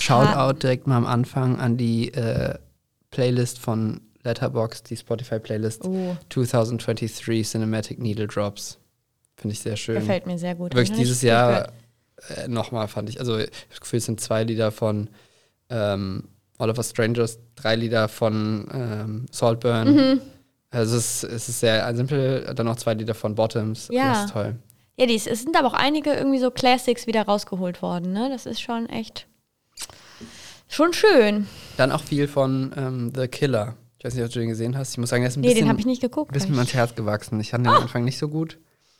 Shoutout direkt mal am Anfang an die Playlist von Letterboxd, die Spotify-Playlist 2023 Cinematic Needle Drops. Finde ich sehr schön. Gefällt mir sehr gut. Wirklich dieses Jahr nochmal fand ich, also ich habe das Gefühl, es sind 2 Lieder von All of Us Strangers, 3 Lieder von Saltburn. Also es ist sehr simpel, dann noch 2 Lieder von Bottoms. Ja. Das ist toll. Ja, es sind aber auch einige irgendwie so Classics wieder rausgeholt worden, ne? Das ist schon echt schon schön. Dann auch viel von The Killer. Ich weiß nicht, ob du den gesehen hast. Ich muss sagen, der ist ein den habe ich nicht geguckt. Ein bisschen mir ans Herz gewachsen. Ich fand den am Anfang nicht so gut.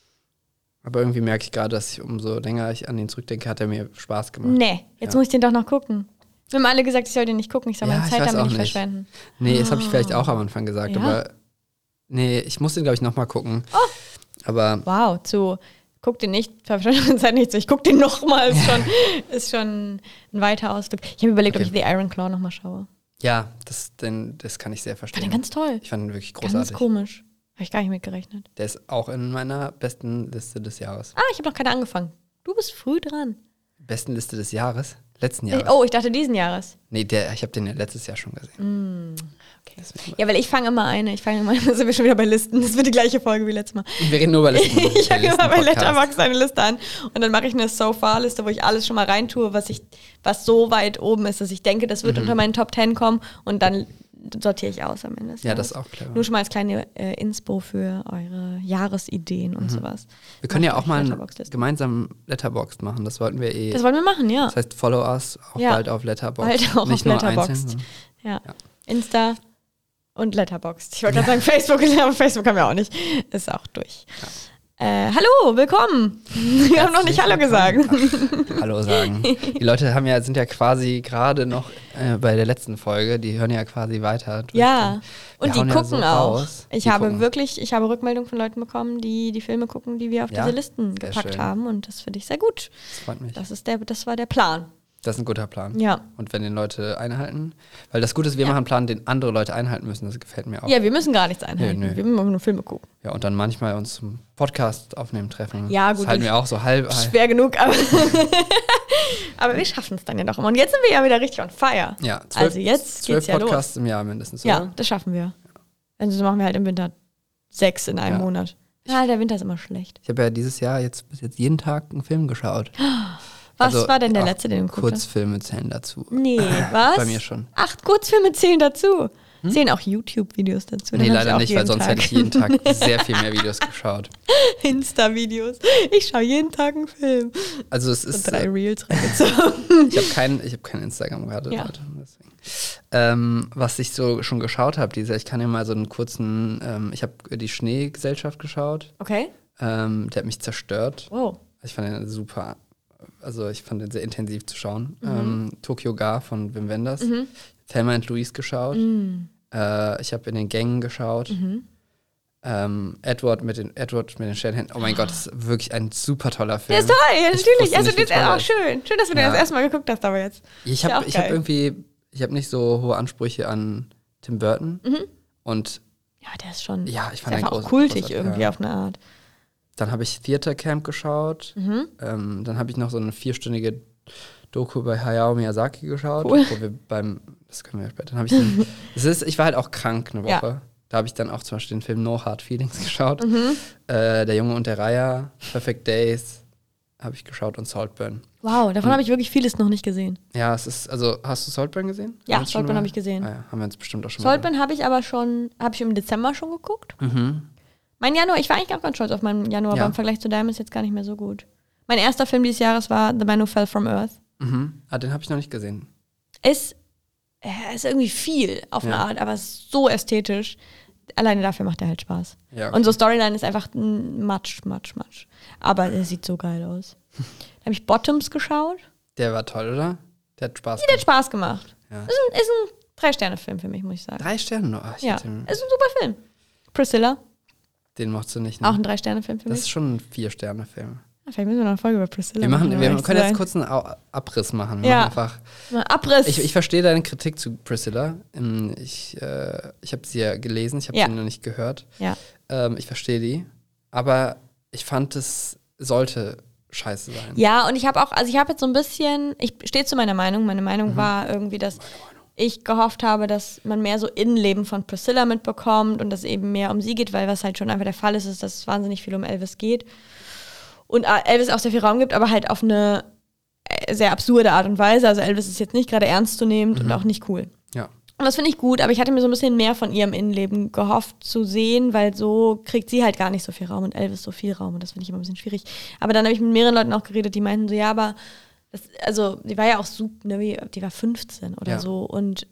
Aber irgendwie merke ich gerade, dass umso länger ich an ihn zurückdenke, hat er mir Spaß gemacht. Nee, jetzt muss ich den doch noch gucken. Wir haben alle gesagt, ich soll den nicht gucken. Ich soll meine Zeit damit nicht verschwenden. Nee, das habe ich vielleicht auch am Anfang gesagt. Ja? Aber nee, ich muss den, glaube ich, nochmal gucken. Aber wow, guck den nicht, verschwende Zeit nicht so. Ich guck den nochmal. Ist schon ein weiter Ausdruck. Ich habe überlegt, ob ich The Iron Claw nochmal schaue. Ja, das kann ich sehr verstehen. Ich fand den ganz toll. Ich fand ihn wirklich großartig. Ganz komisch. Habe ich gar nicht mitgerechnet. Der ist auch in meiner besten Liste des Jahres. Ich habe noch keine angefangen. Du bist früh dran. Besten Liste des Jahres? Letzten Jahres. Ich dachte diesen Jahres. Nee, ich habe den ja letztes Jahr schon gesehen. Okay. Ja, weil ich fange immer da sind wir schon wieder bei Listen. Das wird die gleiche Folge wie letztes Mal. Wir reden nur bei Listen. Ich fange immer bei Letterboxd eine Liste an und dann mache ich eine So-Far-Liste, wo ich alles schon mal reintue, was so weit oben ist, dass ich denke, das wird unter meinen Top 10 kommen und dann sortiere ich aus am Ende. Ja, das ist auch clever. Nur schon mal als kleine Inspo für eure Jahresideen und sowas. Wir können ja auch mal gemeinsam Letterboxd machen. Das wollten wir Das wollen wir machen, ja. Das heißt, follow us auch bald auf Letterboxd. Bald auch nicht auf Letterboxd. Ja. Insta und Letterboxd. Ich wollte gerade sagen Facebook, aber Facebook haben wir auch nicht. Ist auch durch. Ja. Hallo, willkommen. Wir haben noch nicht Hallo gesagt. Hallo sagen. Die Leute sind ja quasi gerade noch bei der letzten Folge, die hören ja quasi weiter. Ja, und die gucken so auch. Raus. Ich habe Rückmeldungen von Leuten bekommen, die Filme gucken, die wir auf diese Listen gepackt haben und das finde ich sehr gut. Das freut mich. Das war der Plan. Das ist ein guter Plan. Ja. Und wenn den Leute einhalten, weil das Gute ist, wir machen einen Plan, den andere Leute einhalten müssen, das gefällt mir auch. Ja, wir müssen gar nichts einhalten, nee. Wir müssen nur Filme gucken. Ja, und dann manchmal uns zum Podcast aufnehmen treffen. Ja, gut. Das halten wir auch so halb. Schwer genug, aber aber wir schaffen es dann ja doch immer. Und jetzt sind wir ja wieder richtig on fire. Ja, 12 Podcasts im Jahr mindestens, oder? Ja, das schaffen wir. Also machen wir halt im Winter 6 in einem Monat. Ja, der Winter ist immer schlecht. Ich habe ja dieses Jahr bis jetzt jeden Tag einen Film geschaut. Was war denn der letzte, den du geguckt hast? Kurzfilme zählen dazu. Nee, was? Bei mir schon. 8 Kurzfilme zählen dazu. Zählen auch YouTube-Videos dazu. Nee, leider nicht, weil sonst hätte ich jeden Tag sehr viel mehr Videos geschaut. Insta-Videos. Ich schaue jeden Tag einen Film. Also es ist... 3 Reels reingezogen. Ich habe kein Instagram gerade. Ja. Was ich so schon geschaut habe, ich kann ja mal so einen kurzen... ich habe die Schneegesellschaft geschaut. Okay. Der hat mich zerstört. Wow. Ich fand den super... Also ich fand den sehr intensiv zu schauen. Tokyo Ga von Wim Wenders. Thelma und Louise geschaut. Ich habe in den Gängen geschaut. Edward mit den Sternhänden. Oh mein Gott, das ist wirklich ein super toller Film. Der ist toll, ja, natürlich. Also das ist auch schön. Schön, dass du den das erste Mal geguckt hast, aber jetzt. Ich habe nicht so hohe Ansprüche an Tim Burton. Und ja, der ist schon. Ja, ich fand den auch kultig irgendwie auf eine Art. Dann habe ich Theater Camp geschaut. Dann habe ich noch so eine 4-stündige Doku bei Hayao Miyazaki geschaut. Cool. Wo wir das können wir später. Ich war halt auch krank eine Woche. Ja. Da habe ich dann auch zum Beispiel den Film No Hard Feelings geschaut. Der Junge und der Reiher, Perfect Days habe ich geschaut und Saltburn. Wow, davon habe ich wirklich vieles noch nicht gesehen. Ja, hast du Saltburn gesehen? Ja, Saltburn habe ich gesehen. Ja, haben wir uns bestimmt auch schon Saltburn habe ich im Dezember schon geguckt. Mein Januar, ich war eigentlich auch ganz stolz auf meinen Januar, aber im Vergleich zu deinem ist jetzt gar nicht mehr so gut. Mein erster Film dieses Jahres war The Man Who Fell from Earth. Den habe ich noch nicht gesehen. Ist irgendwie viel auf eine Art, aber so ästhetisch. Alleine dafür macht er halt Spaß. Ja, okay. Und so Storyline ist einfach Matsch. Aber er sieht so geil aus. Da habe ich Bottoms geschaut. Der war toll, oder? Der hat Spaß gemacht. Der hat Spaß gemacht. Ja. Ist ein 3-Sterne-Film für mich, muss ich sagen. 3 Sterne nur? Ja, ist ein super Film. Priscilla. Den mochtest du nicht, ne? Auch ein 3-Sterne-Film für mich. Das ist schon ein 4-Sterne-Film. Vielleicht müssen wir noch eine Folge über Priscilla wir können jetzt kurz einen Abriss machen. Wir machen einfach Abriss. Ich verstehe deine Kritik zu Priscilla. Ich habe sie ja gelesen, ich habe sie noch nicht gehört. Ja. Ich verstehe die. Aber ich fand, es sollte scheiße sein. Ja, und ich habe jetzt so ein bisschen, ich stehe zu meiner Meinung. Meine Meinung war irgendwie, dass ich gehofft habe, dass man mehr so Innenleben von Priscilla mitbekommt und dass eben mehr um sie geht, weil was halt schon einfach der Fall ist, dass es wahnsinnig viel um Elvis geht. Und Elvis auch sehr viel Raum gibt, aber halt auf eine sehr absurde Art und Weise. Also Elvis ist jetzt nicht gerade ernstzunehmend und auch nicht cool. Ja. Und das finde ich gut, aber ich hatte mir so ein bisschen mehr von ihrem Innenleben gehofft zu sehen, weil so kriegt sie halt gar nicht so viel Raum und Elvis so viel Raum und das finde ich immer ein bisschen schwierig. Aber dann habe ich mit mehreren Leuten auch geredet, die meinten so, ja, aber die war ja auch super, ne, die war 15 oder so und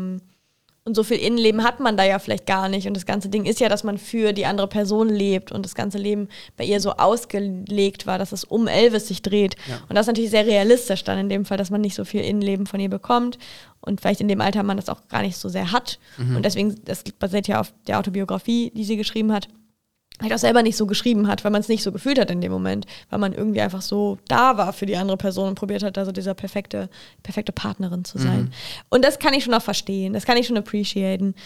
so viel Innenleben hat man da ja vielleicht gar nicht und das ganze Ding ist ja, dass man für die andere Person lebt und das ganze Leben bei ihr so ausgelegt war, dass es um Elvis sich dreht und das ist natürlich sehr realistisch dann in dem Fall, dass man nicht so viel Innenleben von ihr bekommt und vielleicht in dem Alter man das auch gar nicht so sehr hat und deswegen, das basiert ja auf der Autobiografie, die sie geschrieben hat, halt auch selber nicht so geschrieben hat, weil man es nicht so gefühlt hat in dem Moment, weil man irgendwie einfach so da war für die andere Person und probiert hat, also dieser perfekte Partnerin zu sein. Und das kann ich schon auch verstehen, das kann ich schon appreciaten.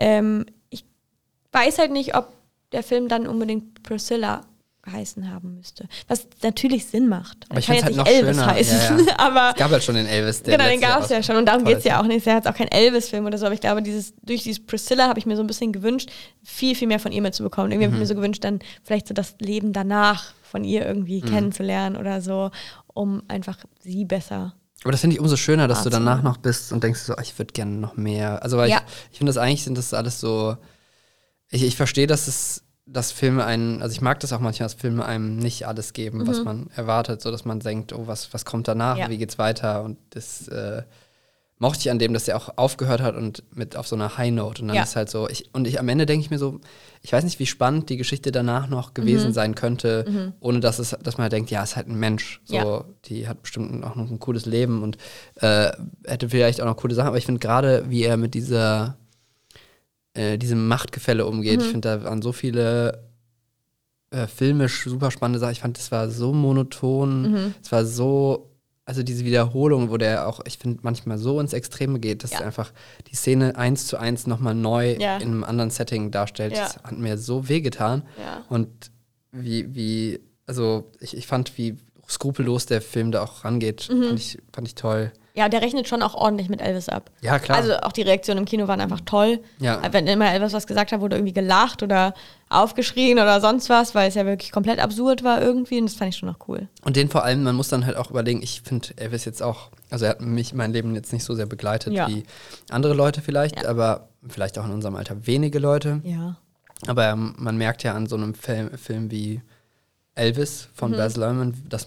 Ich weiß halt nicht, ob der Film dann unbedingt Priscilla geheißen haben müsste. Was natürlich Sinn macht. Aber ich kann jetzt jetzt halt nicht noch Elvis schöner. heißen. Ja. Aber es gab halt schon den Elvis. Genau, den gab es ja schon. Und darum geht es ja auch nicht. Er hat auch kein Elvis-Film oder so. Aber ich glaube, durch dieses Priscilla habe ich mir so ein bisschen gewünscht, viel, viel mehr von ihr mitzubekommen. Irgendwie habe ich mir so gewünscht, dann vielleicht so das Leben danach von ihr irgendwie kennenzulernen oder so, um einfach sie besser. Aber das finde ich umso schöner, dass du danach noch bist und denkst so, ich würde gerne noch mehr. Also weil ich finde das eigentlich sind das alles so, ich verstehe, dass Filme also ich mag das auch manchmal, dass Filme einem nicht alles geben, was man erwartet, so dass man denkt, oh, was kommt danach, wie geht's weiter? Und das mochte ich an dem, dass er auch aufgehört hat und mit auf so einer High Note. Und dann ist halt so, am Ende denke ich mir so, ich weiß nicht, wie spannend die Geschichte danach noch gewesen sein könnte, ohne dass man halt denkt, ja, ist halt ein Mensch. So, die hat bestimmt auch noch ein cooles Leben und hätte vielleicht auch noch coole Sachen, aber ich finde gerade, wie er mit diesem Machtgefälle umgeht. Ich finde, da waren so viele filmisch super spannende Sachen. Ich fand, das war so monoton. Es war so, also diese Wiederholung, wo der auch, ich finde, manchmal so ins Extreme geht, dass er einfach die Szene 1:1 nochmal neu in einem anderen Setting darstellt. Das hat mir so wehgetan. Ja. Und ich fand, wie skrupellos der Film da auch rangeht, fand ich toll. Ja, der rechnet schon auch ordentlich mit Elvis ab. Ja, klar. Also auch die Reaktionen im Kino waren einfach toll. Ja. Wenn immer Elvis was gesagt hat, wurde irgendwie gelacht oder aufgeschrien oder sonst was, weil es ja wirklich komplett absurd war irgendwie und das fand ich schon noch cool. Und den vor allem, man muss dann halt auch überlegen, ich finde Elvis jetzt auch, also er hat mein Leben jetzt nicht so sehr begleitet wie andere Leute vielleicht, aber vielleicht auch in unserem Alter wenige Leute. Ja. Aber man merkt ja an so einem Film wie Elvis von Baz Luhrmann, dass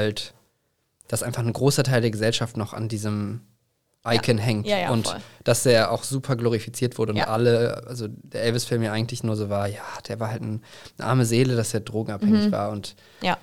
einfach ein großer Teil der Gesellschaft noch an diesem Icon hängt. Ja, und voll. dass der auch super glorifiziert wurde und also der Elvis-Film ja eigentlich nur so war, der war halt eine arme Seele, dass er drogenabhängig war und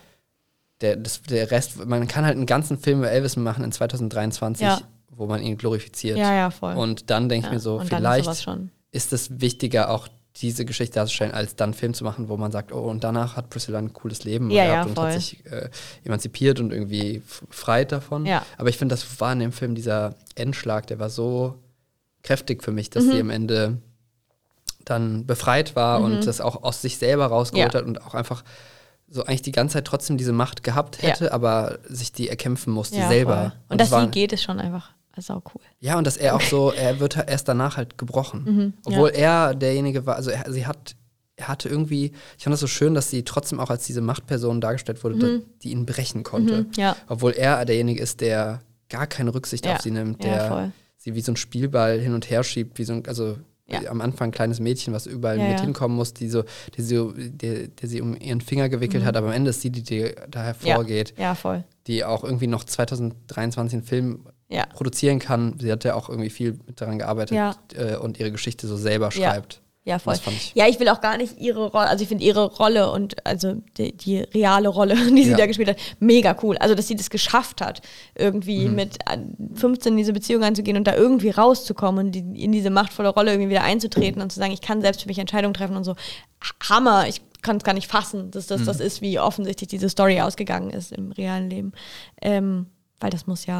der Rest, man kann halt einen ganzen Film über Elvis machen in 2023, wo man ihn glorifiziert. Ja, voll. Und dann denke ich mir so, vielleicht ist es wichtiger, auch diese Geschichte darzustellen, als dann einen Film zu machen, wo man sagt, oh, und danach hat Priscilla ein cooles Leben gehabt und hat sich emanzipiert und irgendwie befreit davon. Ja. Aber ich finde, das war in dem Film dieser Endschlag, der war so kräftig für mich, dass sie am Ende dann befreit war und das auch aus sich selber rausgeholt hat und auch einfach so eigentlich die ganze Zeit trotzdem diese Macht gehabt hätte, aber sich die erkämpfen musste selber. Voll. Und dass sie geht, ist schon einfach sau cool. Ja, und dass er auch so, er wird erst danach halt gebrochen. Obwohl er derjenige war, also er hatte irgendwie, ich fand das so schön, dass sie trotzdem auch als diese Machtperson dargestellt wurde, die ihn brechen konnte. Obwohl er derjenige ist, der gar keine Rücksicht auf sie nimmt, der sie wie so ein Spielball hin und her schiebt, wie so ein, am Anfang ein kleines Mädchen, was überall mit hinkommen muss, der sie um ihren Finger gewickelt hat, aber am Ende ist sie, die da hervorgeht. Ja, voll. Die auch irgendwie noch 2023 einen Film produzieren kann. Sie hat ja auch irgendwie viel daran gearbeitet und ihre Geschichte so selber schreibt. Ja, voll. Ja, ich will auch gar nicht ihre Rolle, also ich finde ihre Rolle und also die reale Rolle, die sie da gespielt hat, mega cool. Also, dass sie das geschafft hat, irgendwie mit 15 in diese Beziehung einzugehen und da irgendwie rauszukommen und in diese machtvolle Rolle irgendwie wieder einzutreten und zu sagen, ich kann selbst für mich Entscheidungen treffen und so. Hammer, ich kann es gar nicht fassen, dass das ist, wie offensichtlich diese Story ausgegangen ist im realen Leben. Weil das muss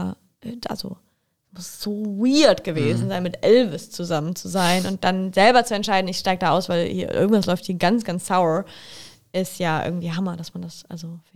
muss so weird gewesen sein, mit Elvis zusammen zu sein und dann selber zu entscheiden, ich steige da aus, weil hier irgendwas läuft hier ganz, ganz sour, ist ja irgendwie Hammer, dass man das, also finde ich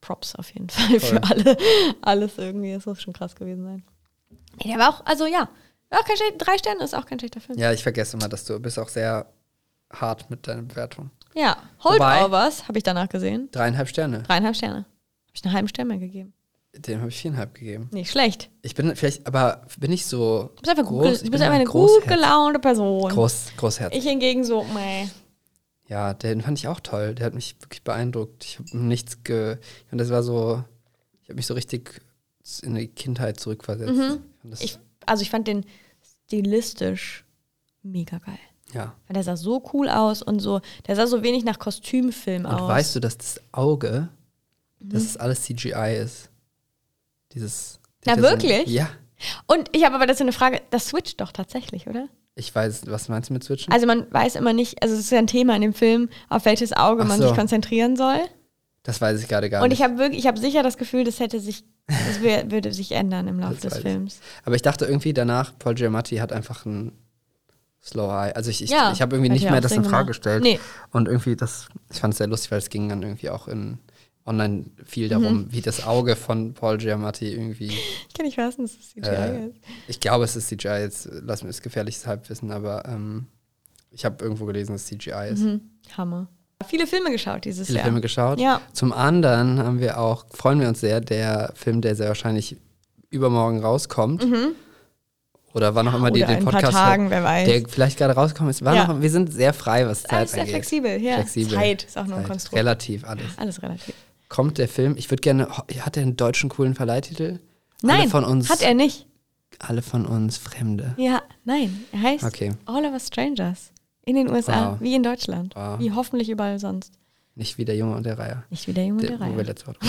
Props auf jeden Fall für alles irgendwie. Das muss schon krass gewesen sein. Nee, der war auch, also ja, war auch 3 Sterne ist auch kein schlechter Film. Ja, ich vergesse immer, dass du bist auch sehr hart mit deiner Bewertung. Ja, Holdovers habe ich danach gesehen. 3,5 Sterne. 3,5 Sterne. Habe ich einen halben Stern mehr gegeben. Dem habe ich 4,5 gegeben. Nicht schlecht. Ich bin vielleicht, aber bin ich so Du bist einfach, groß? du bist einfach eine gut gelaunte Person. Großherz. Ich hingegen so, meh. Ja, den fand ich auch toll. Der hat mich wirklich beeindruckt. Ich habe nichts und das war so, ich habe mich so richtig in die Kindheit zurückversetzt. Ich fand den stilistisch mega geil. Ja. Weil der sah so cool aus und so, der sah so wenig nach Kostümfilm aus. Und weißt du, dass das Auge, dass das alles CGI ist? Ja, wirklich? Ja. Und ich habe aber dazu eine Frage, das switcht doch tatsächlich, oder? Ich weiß, was meinst du mit Switchen? Also man weiß immer nicht, also es ist ja ein Thema in dem Film, auf welches Auge man sich konzentrieren soll. Das weiß ich gerade gar nicht. Und ich habe sicher das Gefühl, das würde sich ändern im Laufe des Films. Aber ich dachte irgendwie danach, Paul Giamatti hat einfach ein Slow Eye. Also ich habe irgendwie nicht mehr das in Frage gestellt. Nee. Und irgendwie ich fand es sehr lustig, weil es ging dann irgendwie auch online viel darum, wie das Auge von Paul Giamatti irgendwie. Ich kann nicht fassen, dass es CGI ist. Ich glaube, es ist CGI. Jetzt lass mir das gefährliches Halbwissen, aber ich habe irgendwo gelesen, dass es CGI ist. Hammer. Viele Filme geschaut dieses Jahr. Viele Filme geschaut. Ja. Zum anderen freuen wir uns sehr, der Film, der sehr wahrscheinlich übermorgen rauskommt. Oder wann auch immer die den Podcast ein paar Tagen, wer weiß. Der vielleicht gerade rauskommt ist. Wir sind sehr frei, was Zeit angeht. Sehr flexibel, ja. Zeit ist auch nur ein Konstrukt. Relativ alles. Alles relativ. Kommt der Film, ich würde gerne, hat er einen deutschen coolen Verleihtitel? Nein, hat er nicht. Alle von uns Fremde. Ja, nein, er heißt All of Us Strangers. In den USA, wie in Deutschland. Wie hoffentlich überall sonst. Nicht wie der Junge und der Reiher. Nicht wie der Junge und der Reiher. Wo wir letztes Mal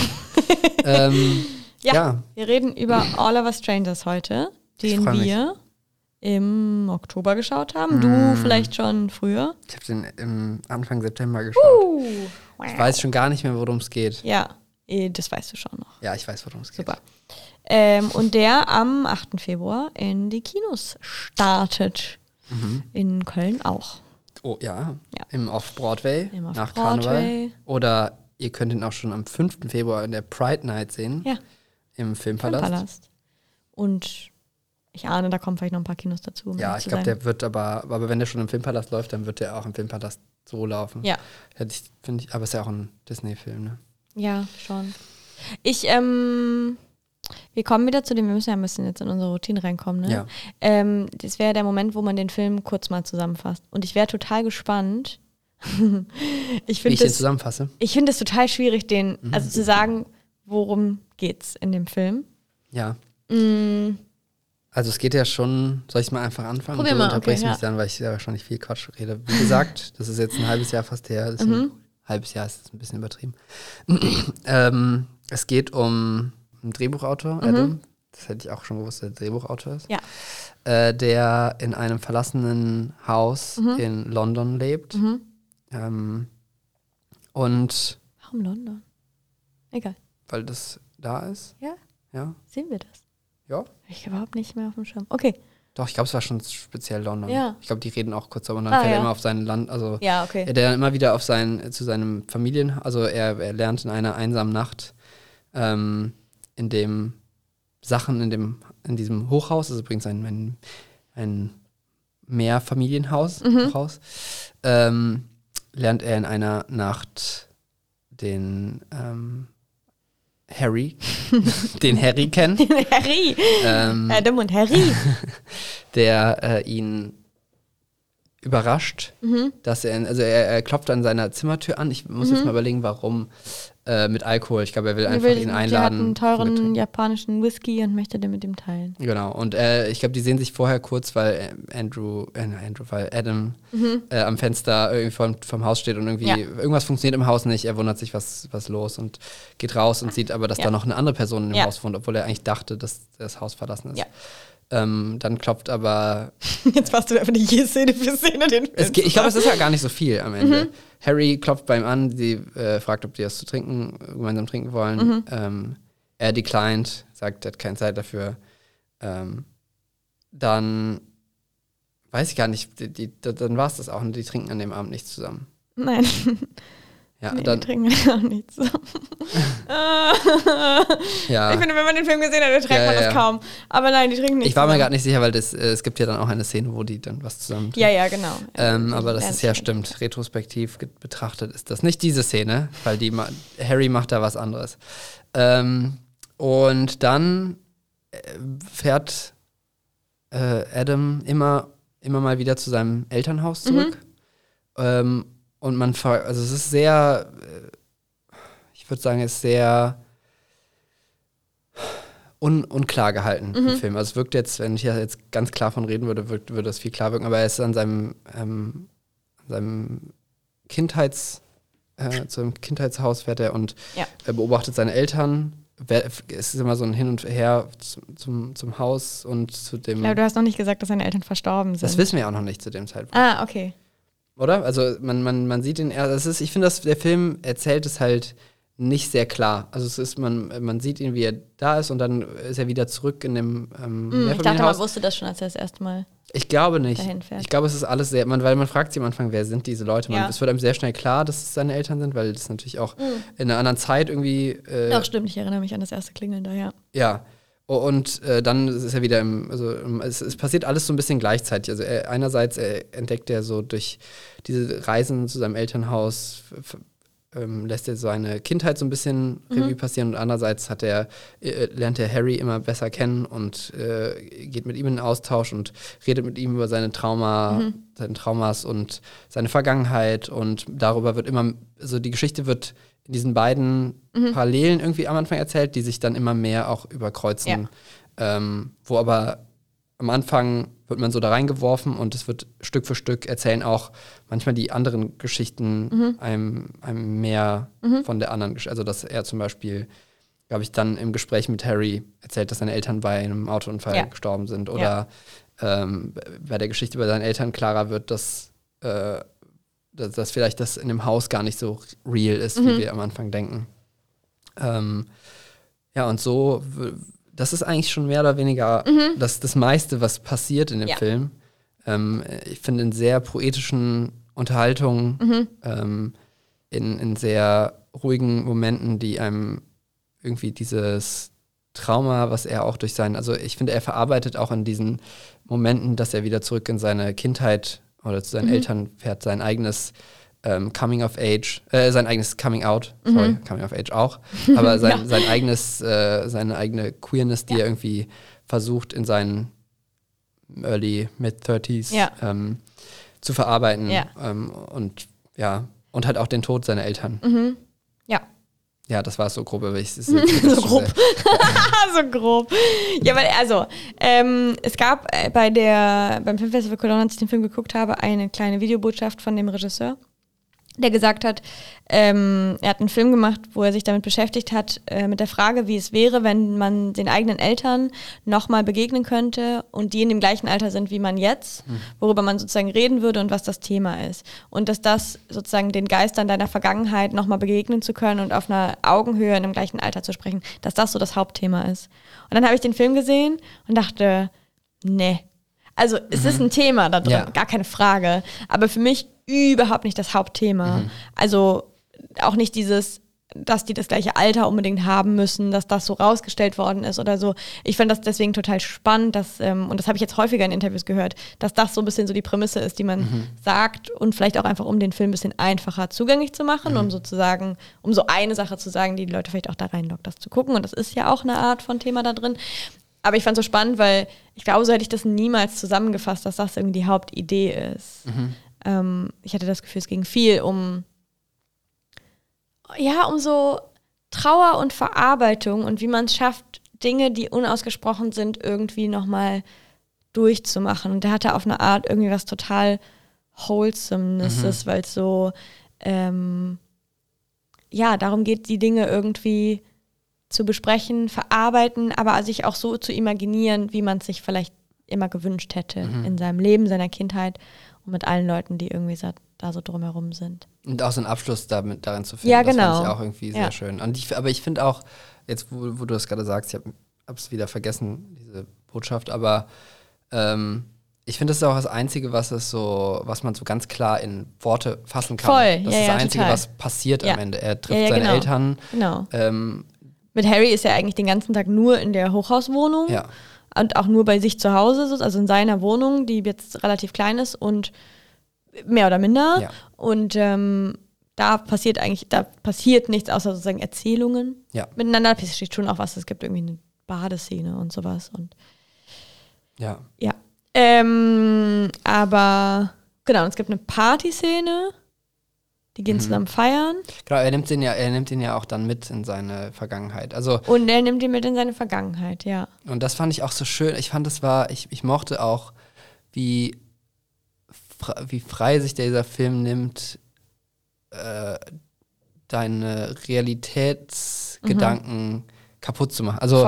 wir reden über All of Us Strangers heute, den wir im Oktober geschaut haben. Du vielleicht schon früher. Ich habe den im Anfang September geschaut. Ich weiß schon gar nicht mehr, worum es geht. Ja, das weißt du schon noch. Ja, ich weiß, worum es geht. Super. Und der am 8. Februar in die Kinos startet. In Köln auch. Oh ja. Im Off-Broadway nach Karneval. Oder ihr könnt ihn auch schon am 5. Februar in der Pride Night sehen. Ja. Im Filmpalast. Und ich ahne, da kommen vielleicht noch ein paar Kinos dazu. Ja, ich glaube, der wird aber wenn der schon im Filmpalast läuft, dann wird der auch im Filmpalast so laufen. Ja. Aber ist ja auch ein Disney-Film, ne? Ja, schon. Wir kommen wieder zu dem, wir müssen ja ein bisschen jetzt in unsere Routine reinkommen, ne? Ja. Das wäre der Moment, wo man den Film kurz mal zusammenfasst. Und ich wäre total gespannt. Wie ich den zusammenfasse? Ich finde es total schwierig, also zu sagen, worum geht's in dem Film. Ja. Also es geht ja schon, soll ich mal einfach anfangen? Probier mal, mich dann, weil ich ja wahrscheinlich viel Quatsch rede. Wie gesagt, das ist jetzt ein halbes Jahr fast her. Ein halbes Jahr ist ein bisschen übertrieben. Es geht um einen Drehbuchautor, Adam. Das hätte ich auch schon gewusst, der Drehbuchautor ist. Ja. Der in einem verlassenen Haus in London lebt. Und warum London? Egal. Weil das da ist. Ja? Ja. Sehen wir das? Ja. Ich überhaupt nicht mehr auf dem Schirm. Okay. Doch, ich glaube, es war schon speziell London. Ja. Ich glaube, die reden auch kurz, aber dann fährt er immer auf sein Land. Also ja, okay. Er dann immer wieder zu seinem Also er lernt in einer einsamen Nacht, in dem Sachen in diesem Hochhaus, also übrigens ein Mehrfamilienhaus, Hochhaus, lernt er in einer Nacht den Harry, den Harry kennen. Den Harry. Adam und Harry. Der ihn überrascht, dass er klopft an seiner Zimmertür an. Ich muss jetzt mal überlegen, warum. Mit Alkohol. Ich glaube, er will einfach ihn einladen. Er hat einen teuren japanischen Whisky und möchte den mit ihm teilen. Genau. Und ich glaube, die sehen sich vorher kurz, weil weil Adam am Fenster irgendwie vom Haus steht und irgendwie irgendwas funktioniert im Haus nicht. Er wundert sich, was los und geht raus und sieht aber, dass da noch eine andere Person in dem Haus wohnt, obwohl er eigentlich dachte, dass das Haus verlassen ist. Ja. Dann klopft aber... Jetzt machst du einfach die Szene für Szene den Film. Ich glaube, es ist ja gar nicht so viel am Ende. Harry klopft bei ihm an, sie fragt, ob die was gemeinsam trinken wollen. Er declined, sagt, er hat keine Zeit dafür. Dann weiß ich gar nicht, dann war es das auch und die trinken an dem Abend nicht zusammen. Nein. Ja, nee, dann die trinken auch nicht so. ja. Ich finde, wenn man den Film gesehen hat, erträgt man das kaum. Aber nein, die trinken nicht Ich war mir gerade nicht sicher, weil es gibt ja dann auch eine Szene, wo die dann was zusammen trinken. Ja, genau. Aber das ist ja stimmt. Retrospektiv betrachtet ist das nicht diese Szene, weil Harry macht da was anderes. Und dann fährt Adam immer mal wieder zu seinem Elternhaus zurück. Und also es ist sehr, ich würde sagen, es ist sehr unklar gehalten im Film. Also es wirkt jetzt, wenn ich da jetzt ganz klar von reden würde, würde das viel klar wirken, aber er ist an seinem zum Kindheitshaus fährt er und er beobachtet seine Eltern. Es ist immer so ein Hin und Her zum Haus und zu dem. Ich glaube, du hast noch nicht gesagt, dass seine Eltern verstorben sind. Das wissen wir auch noch nicht zu dem Zeitpunkt. Ah, okay. Oder? Also man sieht ihn eher, ich finde, der Film erzählt es halt nicht sehr klar. Also es ist, man sieht ihn, wie er da ist und dann ist er wieder zurück in dem Ich dachte, man wusste das schon, als er das erste Mal Ich glaube nicht. dahin fährt. Ich glaube, es ist alles sehr, weil man fragt sich am Anfang, wer sind diese Leute? Es wird einem sehr schnell klar, dass es seine Eltern sind, weil das natürlich auch in einer anderen Zeit irgendwie Doch, stimmt, ich erinnere mich an das erste Klingeln da, ja. Ja. Und dann ist er wieder es passiert alles so ein bisschen gleichzeitig. Also einerseits entdeckt er so durch diese Reisen zu seinem Elternhaus, lässt er seine Kindheit so ein bisschen Revue passieren und andererseits lernt er Harry immer besser kennen und geht mit ihm in den Austausch und redet mit ihm über seine Traumas und seine Vergangenheit und darüber wird immer, also die Geschichte wird in diesen beiden Parallelen irgendwie am Anfang erzählt, die sich dann immer mehr auch überkreuzen. Wo aber am Anfang wird man so da reingeworfen und es wird Stück für Stück erzählen auch manchmal die anderen Geschichten einem mehr von der anderen Geschichte. Also dass er zum Beispiel, glaube ich, dann im Gespräch mit Harry erzählt, dass seine Eltern bei einem Autounfall gestorben sind. Oder bei der Geschichte über seine Eltern klarer wird, dass vielleicht das in dem Haus gar nicht so real ist, wie wir am Anfang denken. Und so, das ist eigentlich schon mehr oder weniger das meiste, was passiert in dem Film. Ich finde in sehr poetischen Unterhaltungen, in sehr ruhigen Momenten, die einem irgendwie dieses Trauma, was er auch durch also ich finde, er verarbeitet auch in diesen Momenten, dass er wieder zurück in seine Kindheit oder zu seinen Eltern fährt, sein eigenes Coming of Age, sein eigenes Coming Out, Coming of Age auch, aber seine eigene Queerness, die er irgendwie versucht in seinen Early Mid-30s zu verarbeiten und halt auch den Tod seiner Eltern. Ja, das war so grob, aber so grob. So grob. Ja, weil, es gab beim Filmfestival Cologne, als ich den Film geguckt habe, eine kleine Videobotschaft von dem Regisseur, der gesagt hat, er hat einen Film gemacht, wo er sich damit beschäftigt hat, mit der Frage, wie es wäre, wenn man den eigenen Eltern nochmal begegnen könnte und die in dem gleichen Alter sind wie man jetzt, worüber man sozusagen reden würde und was das Thema ist. Und dass das sozusagen den Geistern deiner Vergangenheit nochmal begegnen zu können und auf einer Augenhöhe in dem gleichen Alter zu sprechen, dass das so das Hauptthema ist. Und dann habe ich den Film gesehen und dachte, nee. Also es ist ein Thema da drin, gar keine Frage, aber für mich überhaupt nicht das Hauptthema. Also auch nicht dieses, dass die das gleiche Alter unbedingt haben müssen, dass das so rausgestellt worden ist oder so. Ich fand das deswegen total spannend, und das habe ich jetzt häufiger in Interviews gehört, dass das so ein bisschen so die Prämisse ist, die man sagt und vielleicht auch einfach, um den Film ein bisschen einfacher zugänglich zu machen, um sozusagen, um so eine Sache zu sagen, die Leute vielleicht auch da reinlockt, das zu gucken. Und das ist ja auch eine Art von Thema da drin. Aber ich fand es so spannend, weil ich glaube, so hätte ich das niemals zusammengefasst, dass das irgendwie die Hauptidee ist. Ich hatte das Gefühl, es ging viel um so Trauer und Verarbeitung und wie man es schafft, Dinge, die unausgesprochen sind, irgendwie nochmal durchzumachen. Und der hatte auf eine Art irgendwie was total Wholesomeness, weil es so darum geht, die Dinge irgendwie zu besprechen, verarbeiten, aber sich auch so zu imaginieren, wie man es sich vielleicht immer gewünscht hätte in seinem Leben, seiner Kindheit und mit allen Leuten, die irgendwie da so drumherum sind. Und auch so einen Abschluss darin zu finden, ja, genau. Das fand ich auch irgendwie sehr schön. Aber ich finde auch, jetzt wo du das gerade sagst, ich habe es wieder vergessen, diese Botschaft, aber ich finde, das ist auch das Einzige, was man so ganz klar in Worte fassen kann. Voll, das ist das Einzige, was passiert am Ende. Er trifft seine Eltern. Genau. Mit Harry ist er eigentlich den ganzen Tag nur in der Hochhauswohnung und auch nur bei sich zu Hause, also in seiner Wohnung, die jetzt relativ klein ist und mehr oder minder. Ja. Und da passiert nichts außer sozusagen Erzählungen miteinander. Da passiert schon auch was. Es gibt irgendwie eine Badeszene und sowas. Und ja. Aber genau, es gibt eine Partyszene. Die gehen zusammen feiern. Genau, er nimmt ihn ja auch dann mit in seine Vergangenheit. Und er nimmt ihn mit in seine Vergangenheit, ja. Und das fand ich auch so schön. Ich fand, ich mochte auch, wie frei sich dieser Film nimmt, deine Realitätsgedanken kaputt zu machen. Also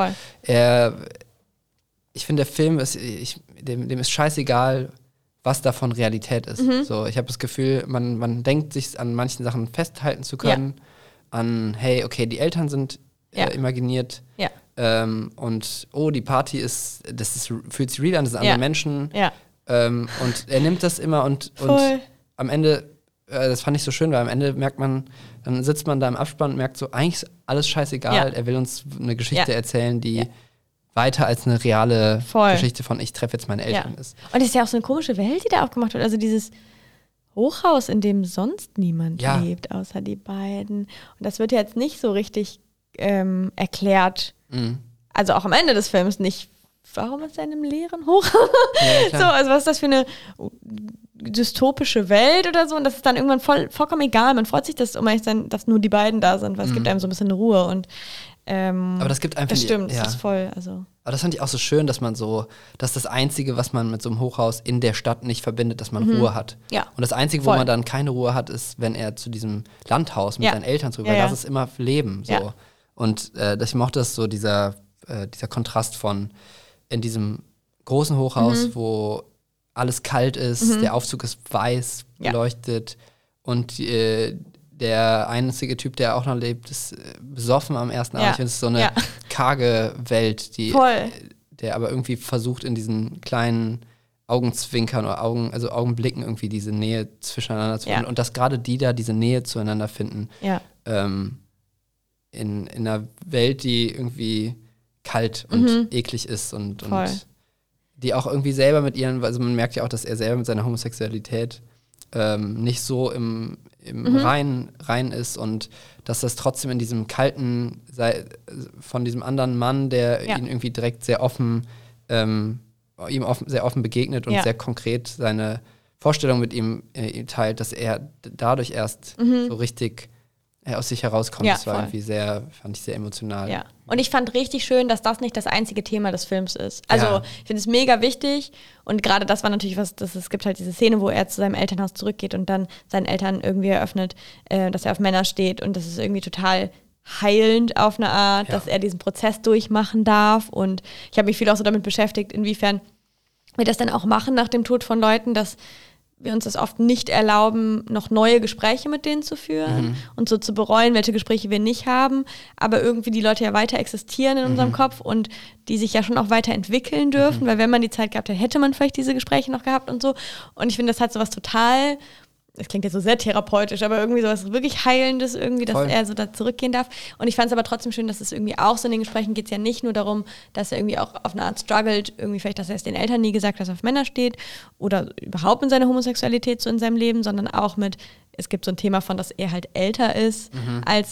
ich finde, der Film dem ist scheißegal, was davon Realität ist. So, ich habe das Gefühl, man denkt sich an manchen Sachen festhalten zu können, an, hey, okay, die Eltern sind imaginiert und die Party fühlt sich real an, das sind andere Menschen. Und er nimmt das immer und am Ende, das fand ich so schön, weil am Ende merkt man, dann sitzt man da im Abspann und merkt so, eigentlich ist alles scheißegal, er will uns eine Geschichte erzählen, die weiter als eine reale Geschichte von ich treffe jetzt meine Eltern ist. Und es ist ja auch so eine komische Welt, die da aufgemacht wird. Also dieses Hochhaus, in dem sonst niemand lebt, außer die beiden. Und das wird ja jetzt nicht so richtig erklärt. Also auch am Ende des Films nicht, warum ist er in einem leeren Hochhaus? Ja, so, also was ist das für eine dystopische Welt oder so? Und das ist dann irgendwann vollkommen egal. Man freut sich, dass nur die beiden da sind, weil es gibt einem so ein bisschen Ruhe. Und aber das gibt einfach. Das stimmt, das ist voll. Also. Aber das fand ich auch so schön, dass dass das Einzige, was man mit so einem Hochhaus in der Stadt nicht verbindet, dass man Ruhe hat. Ja. Und das Einzige, wo man dann keine Ruhe hat, ist, wenn er zu diesem Landhaus mit seinen Eltern zurück, weil das ist immer Leben. So. Ja. Und ich mochte das so, dieser Kontrast von in diesem großen Hochhaus, wo alles kalt ist, der Aufzug ist weiß beleuchtet und der einzige Typ, der auch noch lebt, ist besoffen am ersten Abend. Ich finde, es ist so eine karge Welt, der aber irgendwie versucht, in diesen kleinen Augenzwinkern oder Augenblicken irgendwie diese Nähe zwischeneinander zu finden. Und dass gerade die da diese Nähe zueinander finden. In einer Welt, die irgendwie kalt und eklig ist und die auch irgendwie selber mit also man merkt ja auch, dass er selber mit seiner Homosexualität nicht so im rein ist und dass das trotzdem in diesem kalten, von diesem anderen Mann, der ihn irgendwie direkt sehr offen, sehr offen begegnet und sehr konkret seine Vorstellung mit ihm teilt, dass er dadurch erst so richtig aus sich herauskommt. Das war irgendwie fand ich sehr emotional. Ja. Und ich fand richtig schön, dass das nicht das einzige Thema des Films ist. Also ich finde es mega wichtig und gerade das war natürlich es gibt halt diese Szene, wo er zu seinem Elternhaus zurückgeht und dann seinen Eltern irgendwie eröffnet, dass er auf Männer steht und das ist irgendwie total heilend auf eine Art, dass er diesen Prozess durchmachen darf und ich habe mich viel auch so damit beschäftigt, inwiefern wir das dann auch machen nach dem Tod von Leuten, dass wir uns das oft nicht erlauben, noch neue Gespräche mit denen zu führen und so zu bereuen, welche Gespräche wir nicht haben, aber irgendwie die Leute ja weiter existieren in unserem Kopf und die sich ja schon auch weiterentwickeln dürfen, weil wenn man die Zeit gehabt hätte, hätte man vielleicht diese Gespräche noch gehabt und so. Und ich finde, das hat so was total, das klingt jetzt so sehr therapeutisch, aber irgendwie so was wirklich Heilendes irgendwie, dass er so da zurückgehen darf. Und ich fand es aber trotzdem schön, dass es irgendwie auch so in den Gesprächen geht es ja nicht nur darum, dass er irgendwie auch auf eine Art struggelt, irgendwie vielleicht, dass er es den Eltern nie gesagt hat, dass er auf Männer steht oder überhaupt in seiner Homosexualität so in seinem Leben, sondern auch es gibt so ein Thema von, dass er halt älter ist als